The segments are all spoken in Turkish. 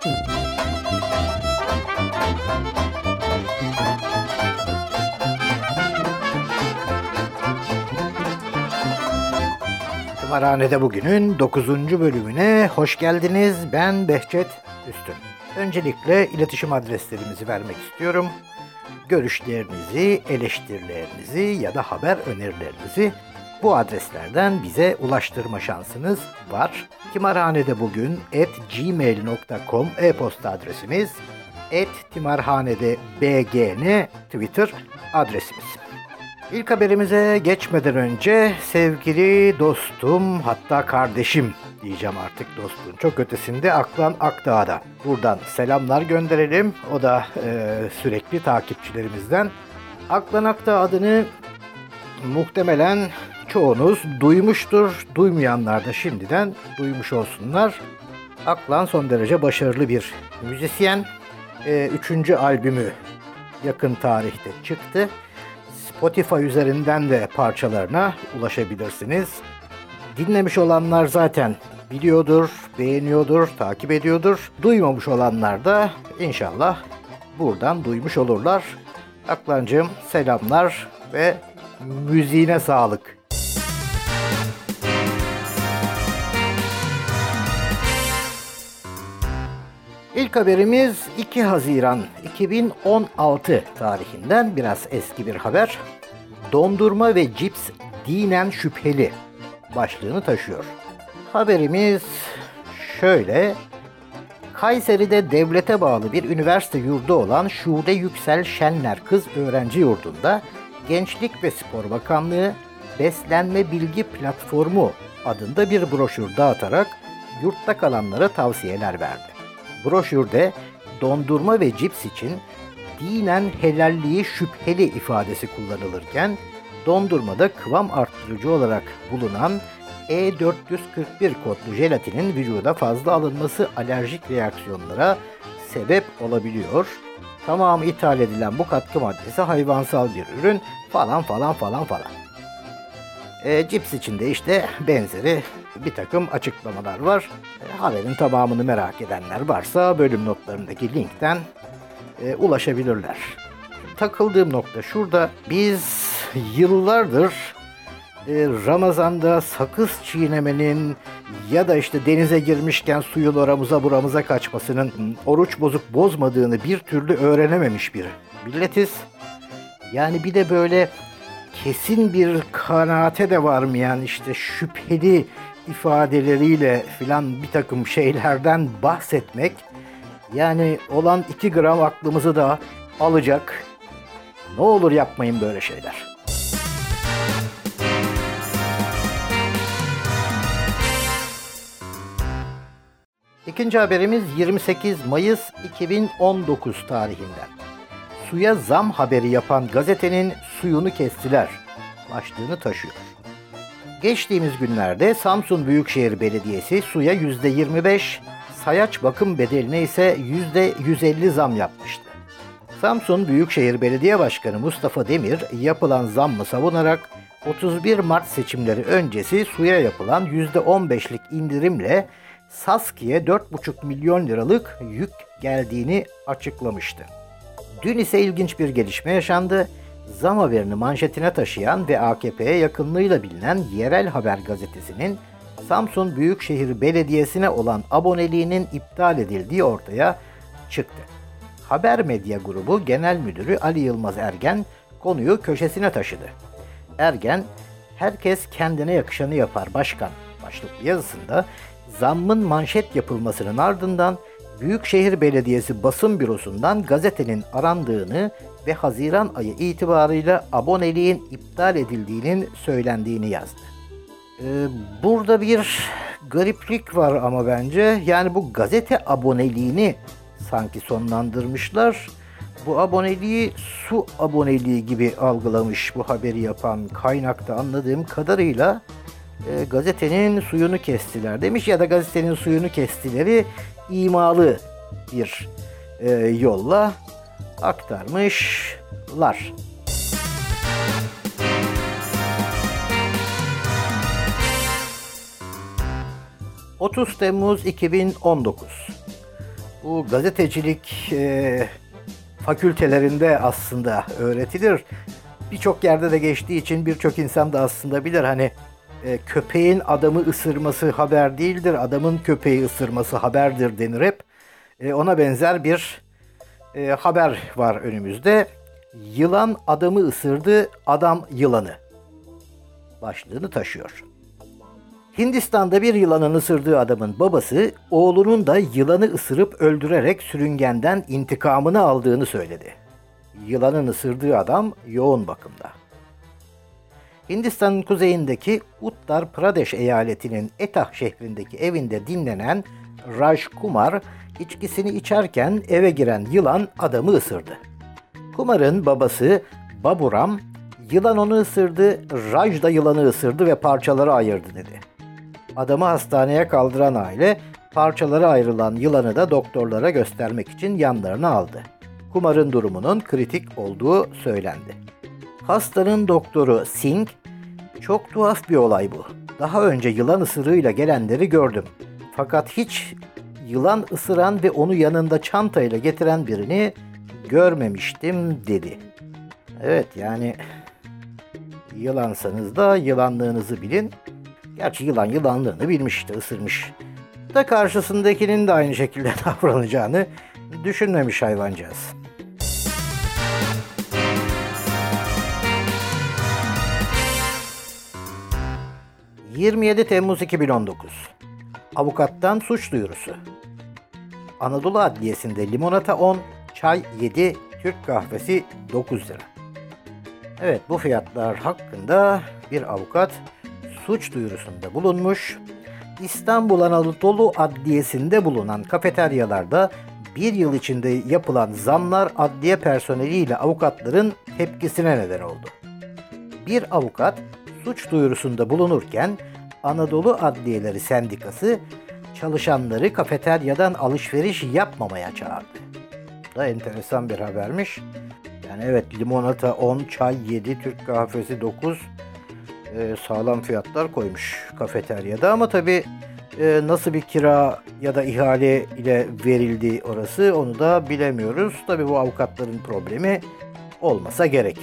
Tımarhane'de bugünün 9. bölümüne hoş geldiniz. Ben Behçet Üstün. Öncelikle iletişim adreslerimizi vermek istiyorum. Görüşlerinizi, eleştirilerinizi ya da haber önerilerinizi bu adreslerden bize ulaştırma şansınız var. Tımarhane'de bugün @gmail.com e-posta adresimiz, @timarhanedebgn Twitter adresimiz. İlk haberimize geçmeden önce sevgili dostum, hatta kardeşim diyeceğim artık, dostluğun çok ötesinde Aklan Akdağ'da. Buradan selamlar gönderelim. O da sürekli takipçilerimizden. Aklan Akdağ adını muhtemelen çoğunuz duymuştur. Duymayanlar da şimdiden duymuş olsunlar. Aklan son derece başarılı bir müzisyen. 3. albümü yakın tarihte çıktı. Spotify üzerinden de parçalarına ulaşabilirsiniz. Dinlemiş olanlar zaten biliyordur, beğeniyordur, takip ediyordur. Duymamış olanlar da inşallah buradan duymuş olurlar. Aklancığım selamlar ve müziğine sağlık. İlk haberimiz 2 Haziran 2016 tarihinden, biraz eski bir haber. Dondurma ve cips dinen şüpheli başlığını taşıyor. Haberimiz şöyle: Kayseri'de devlete bağlı bir üniversite yurdu olan Şule Yüksel Şenler Kız Öğrenci Yurdu'nda Gençlik ve Spor Bakanlığı Beslenme Bilgi Platformu adında bir broşür dağıtarak yurtta kalanlara tavsiyeler verdi. Broşürde dondurma ve cips için dinen helalliği şüpheli ifadesi kullanılırken, dondurmada kıvam arttırıcı olarak bulunan E441 kodlu jelatinin vücuda fazla alınması alerjik reaksiyonlara sebep olabiliyor. Tamamı ithal edilen bu katkı maddesi hayvansal bir ürün falan. Cips içinde işte benzeri bir takım açıklamalar var. Haberin tamamını merak edenler varsa bölüm notlarındaki linkten ulaşabilirler. Takıldığım nokta şurada: biz yıllardır Ramazan'da sakız çiğnemenin ya da işte denize girmişken suyun oramıza buramıza kaçmasının oruç bozup bozmadığını bir türlü öğrenememiş bir milletiz. Yani bir de böyle kesin bir kanaate de varmayan, işte şüpheli ifadeleriyle filan bir takım şeylerden bahsetmek, yani olan 2 gram aklımızı da alacak. Ne olur yapmayın böyle şeyler. İkinci haberimiz 28 Mayıs 2019 tarihinden. Suya zam haberi yapan gazetenin suyunu kestiler başlığını taşıyor. Geçtiğimiz günlerde Samsun Büyükşehir Belediyesi suya %25, sayaç bakım bedeline ise %150 zam yapmıştı. Samsun Büyükşehir Belediye Başkanı Mustafa Demir yapılan zammı savunarak 31 Mart seçimleri öncesi suya yapılan %15'lik indirimle Saski'ye 4,5 milyon liralık yük geldiğini açıklamıştı. Dün ise ilginç bir gelişme yaşandı. Zam haberini manşetine taşıyan ve AKP'ye yakınlığıyla bilinen Yerel Haber gazetesinin Samsun Büyükşehir Belediyesi'ne olan aboneliğinin iptal edildiği ortaya çıktı. Haber Medya Grubu Genel Müdürü Ali Yılmaz Ergen konuyu köşesine taşıdı. Ergen, "Herkes kendine yakışanı yapar başkan" başlıklı yazısında zammın manşet yapılmasının ardından Büyükşehir Belediyesi basın bürosundan gazetenin arandığını ve Haziran ayı itibarıyla aboneliğin iptal edildiğinin söylendiğini yazdı. Burada bir gariplik var ama bence. Yani bu gazete aboneliğini sanki sonlandırmışlar. Bu aboneliği su aboneliği gibi algılamış bu haberi yapan kaynakta, anladığım kadarıyla gazetenin suyunu kestiler demiş ya da gazetenin suyunu kestileri imalı bir yolla aktarmışlar. ...30 Temmuz 2019. Bu gazetecilik fakültelerinde aslında öğretilir. Birçok yerde de geçtiği için birçok insan da aslında bilir. Hani köpeğin adamı ısırması haber değildir, adamın köpeği ısırması haberdir denir hep. Ona benzer bir haber var önümüzde. Yılan adamı ısırdı, adam yılanı başlığını taşıyor. Hindistan'da bir yılanın ısırdığı adamın babası, oğlunun da yılanı ısırıp öldürerek sürüngenden intikamını aldığını söyledi. Yılanın ısırdığı adam yoğun bakımda. Hindistan'ın kuzeyindeki Uttar Pradesh eyaletinin Etah şehrindeki evinde dinlenen Raj Kumar, içkisini içerken eve giren yılan adamı ısırdı. Kumar'ın babası Baburam, yılan onu ısırdı, Raj da yılanı ısırdı ve parçalara ayırdı dedi. Adamı hastaneye kaldıran aile, parçalara ayrılan yılanı da doktorlara göstermek için yanlarına aldı. Kumar'ın durumunun kritik olduğu söylendi. Hastanın doktoru Singh, "Çok tuhaf bir olay bu. Daha önce yılan ısırığıyla gelenleri gördüm. Fakat hiç yılan ısıran ve onu yanında çantayla getiren birini görmemiştim" dedi. Evet, yani yılansanız da yılanlığınızı bilin. Gerçi yılan yılanlığını bilmiş, işte ısırmış da karşısındakinin de aynı şekilde davranacağını düşünmemiş hayvancağız. 27 Temmuz 2019. Avukattan suç duyurusu. Anadolu Adliyesi'nde limonata 10, çay 7, Türk kahvesi 9 lira. Evet, bu fiyatlar hakkında bir avukat suç duyurusunda bulunmuş. İstanbul Anadolu Adliyesi'nde bulunan kafeteryalarda bir yıl içinde yapılan zamlar adliye personeliyle avukatların tepkisine neden oldu. Bir avukat suç duyurusunda bulunurken Anadolu Adliyeleri Sendikası çalışanları kafeteryadan alışveriş yapmamaya çağırdı. Bu da enteresan bir habermiş. Yani evet, limonata 10, çay 7, Türk kahvesi 9, sağlam fiyatlar koymuş kafeteryada ama tabii nasıl bir kira ya da ihale ile verildi orası, onu da bilemiyoruz. Tabii bu avukatların problemi olmasa gerek.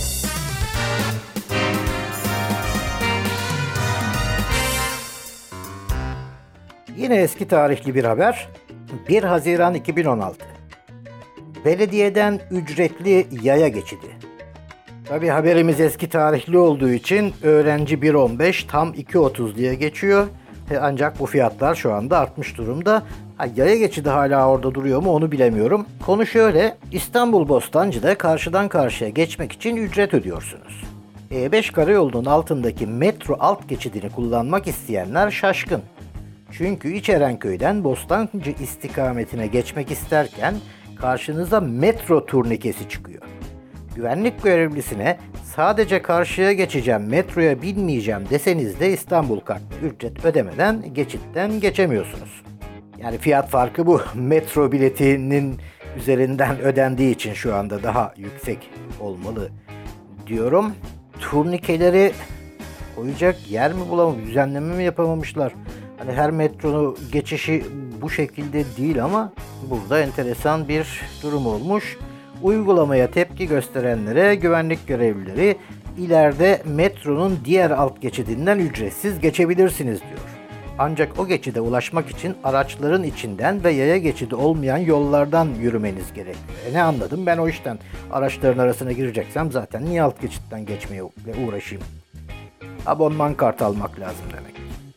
Yine eski tarihli bir haber. 1 Haziran 2016. Belediyeden ücretli yaya geçidi. Tabii haberimiz eski tarihli olduğu için öğrenci 1.15 tam 2.30 diye geçiyor. Ancak bu fiyatlar şu anda artmış durumda. Yaya geçidi hala orada duruyor mu onu bilemiyorum. Konu şöyle: İstanbul Bostancı'da karşıdan karşıya geçmek için ücret ödüyorsunuz. E5 karayolunun altındaki metro alt geçidini kullanmak isteyenler şaşkın. Çünkü İçerenköy'den Bostancı istikametine geçmek isterken karşınıza metro turnikesi çıkıyor. Güvenlik görevlisine sadece karşıya geçeceğim, metroya binmeyeceğim deseniz de İstanbul kartlı ücret ödemeden geçitten geçemiyorsunuz. Yani fiyat farkı bu. Metro biletinin üzerinden ödendiği için şu anda daha yüksek olmalı diyorum. Turnikeleri koyacak yer mi bulamamış, düzenleme mi yapamamışlar? Hani her metronun geçişi bu şekilde değil ama burada enteresan bir durum olmuş. Uygulamaya tepki gösterenlere güvenlik görevlileri ileride metronun diğer alt geçidinden ücretsiz geçebilirsiniz diyor. Ancak o geçide ulaşmak için araçların içinden ve yaya geçidi olmayan yollardan yürümeniz gerekiyor. Ne anladım ben o işten? Araçların arasına gireceksem zaten niye alt geçitten geçmeye uğraşayım? Abonman kartı almak lazım demek.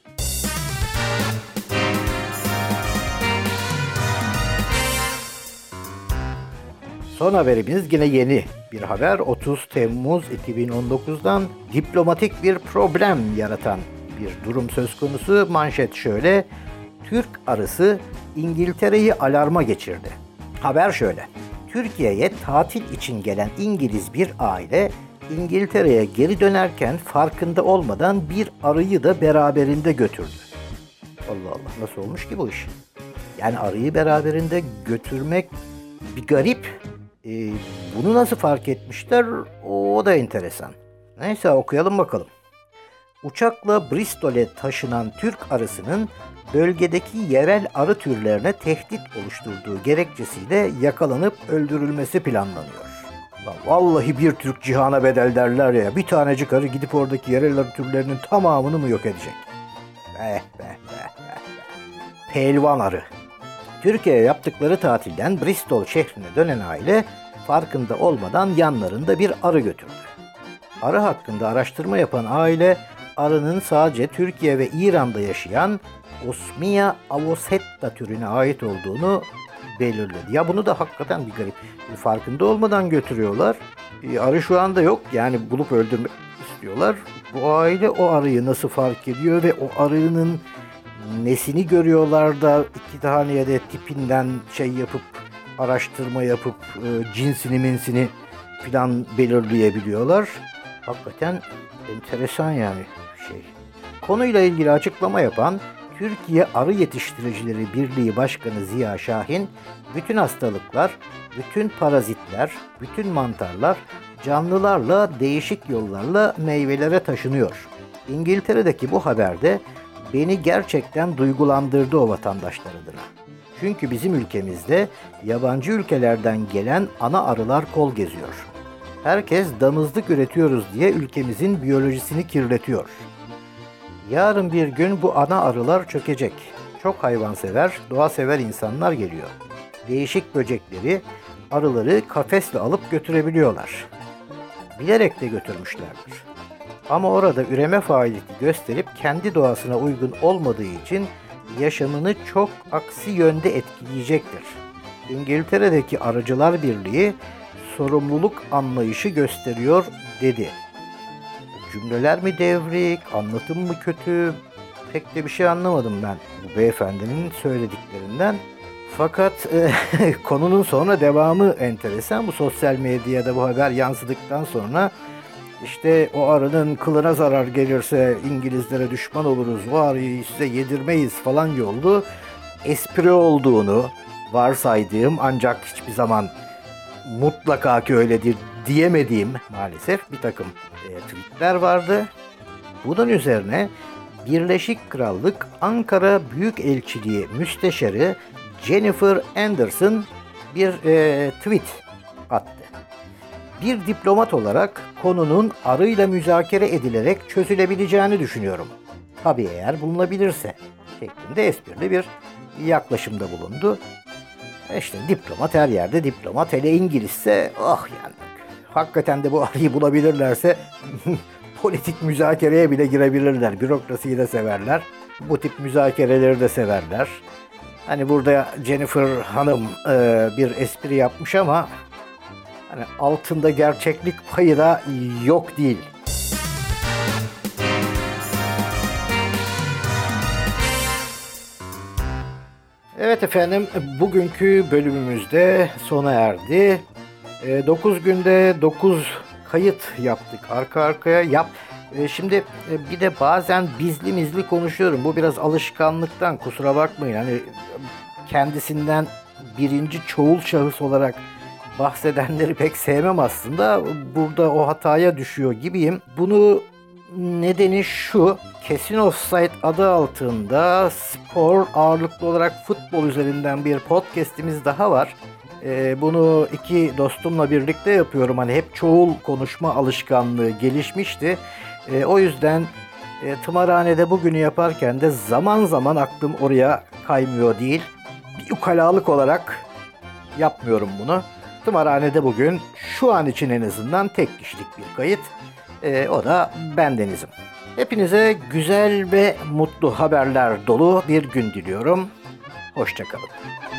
Son haberimiz yine yeni bir haber. 30 Temmuz 2019'dan diplomatik bir problem yaratan bir durum söz konusu. Manşet şöyle: Türk arısı İngiltere'yi alarma geçirdi. Haber şöyle: Türkiye'ye tatil için gelen İngiliz bir aile İngiltere'ye geri dönerken farkında olmadan bir arıyı da beraberinde götürdü. Allah Allah, nasıl olmuş ki bu iş? Yani arıyı beraberinde götürmek bir garip. Bunu nasıl fark etmişler? O da enteresan. Neyse, okuyalım bakalım. Uçakla Bristol'e taşınan Türk arısının bölgedeki yerel arı türlerine tehdit oluşturduğu gerekçesiyle yakalanıp öldürülmesi planlanıyor. Vallahi bir Türk cihana bedel derler ya. Bir tanecik arı gidip oradaki yerel arı türlerinin tamamını mı yok edecek? Pehlivan arı. Türkiye'ye yaptıkları tatilden Bristol şehrine dönen aile farkında olmadan yanlarında bir arı götürdü. Arı hakkında araştırma yapan aile arının sadece Türkiye ve İran'da yaşayan Osmia avosetta türüne ait olduğunu belirledi. Ya bunu da hakikaten bir garip. Farkında olmadan götürüyorlar. Arı şu anda yok. Yani bulup öldürmek istiyorlar. Bu aile o arıyı nasıl fark ediyor ve o arının nesini görüyorlar da iki tane ya da tipinden şey yapıp araştırma yapıp cinsini minsini filan belirleyebiliyorlar. Hakikaten enteresan yani şey. Konuyla ilgili açıklama yapan Türkiye Arı Yetiştiricileri Birliği Başkanı Ziya Şahin, bütün hastalıklar, bütün parazitler, bütün mantarlar canlılarla değişik yollarla meyvelere taşınıyor. İngiltere'deki bu haberde beni gerçekten duygulandırdı o vatandaşlar adına. Çünkü bizim ülkemizde yabancı ülkelerden gelen ana arılar kol geziyor. Herkes damızlık üretiyoruz diye ülkemizin biyolojisini kirletiyor. Yarın bir gün bu ana arılar çökecek. Çok hayvansever, doğasever insanlar geliyor. Değişik böcekleri, arıları kafesle alıp götürebiliyorlar. Bilerek de götürmüşlerdir. Ama orada üreme faaliyeti gösterip kendi doğasına uygun olmadığı için yaşamını çok aksi yönde etkileyecektir. İngiltere'deki Arıcılar Birliği sorumluluk anlayışı gösteriyor dedi. Cümleler mi devrik, anlatım mı kötü? Pek de bir şey anlamadım ben bu beyefendinin söylediklerinden. Fakat konunun sonra devamı enteresan. Bu sosyal medyada bu haber yansıdıktan sonra işte o arının kılına zarar gelirse İngilizlere düşman oluruz, o arıyı size yedirmeyiz falan yoldu. Espri olduğunu varsaydığım ancak hiçbir zaman mutlaka ki öyledir diyemediğim maalesef bir takım tweetler vardı. Bunun üzerine Birleşik Krallık Ankara Büyükelçiliği Müsteşarı Jennifer Anderson bir tweet attı. Bir diplomat olarak konunun arıyla müzakere edilerek çözülebileceğini düşünüyorum. Tabii eğer bulunabilirse şeklinde esprili bir yaklaşımda bulundu. İşte diplomat her yerde diplomat, hele İngilizse yani hakikaten de bu arıyı bulabilirlerse politik müzakereye bile girebilirler. Bürokrasiyi de severler. Bu tip müzakereleri de severler. Hani burada Jennifer Hanım bir espri yapmış ama hani altında gerçeklik payı da yok değil. Evet efendim, bugünkü bölümümüzde sona erdi. 9 günde 9 kayıt yaptık arka arkaya. Şimdi bir de bazen bizli konuşuyorum. Bu biraz alışkanlıktan, kusura bakmayın. Hani kendisinden birinci çoğul şahıs olarak bahsedenleri pek sevmem aslında. Burada o hataya düşüyor gibiyim. Bunu nedeni şu: Kesin Offside adı altında spor ağırlıklı olarak futbol üzerinden bir podcast'imiz daha var. Bunu iki dostumla birlikte yapıyorum. Hani hep çoğul konuşma alışkanlığı gelişmişti. O yüzden tımarhanede bugünü yaparken de zaman zaman aklım oraya kaymıyor değil. Bir ukalalık olarak yapmıyorum bunu. Tımarhanede bugün şu an için en azından tek kişilik bir kayıt. O da bendenizim. Hepinize güzel ve mutlu haberler dolu bir gün diliyorum. Hoşça kalın.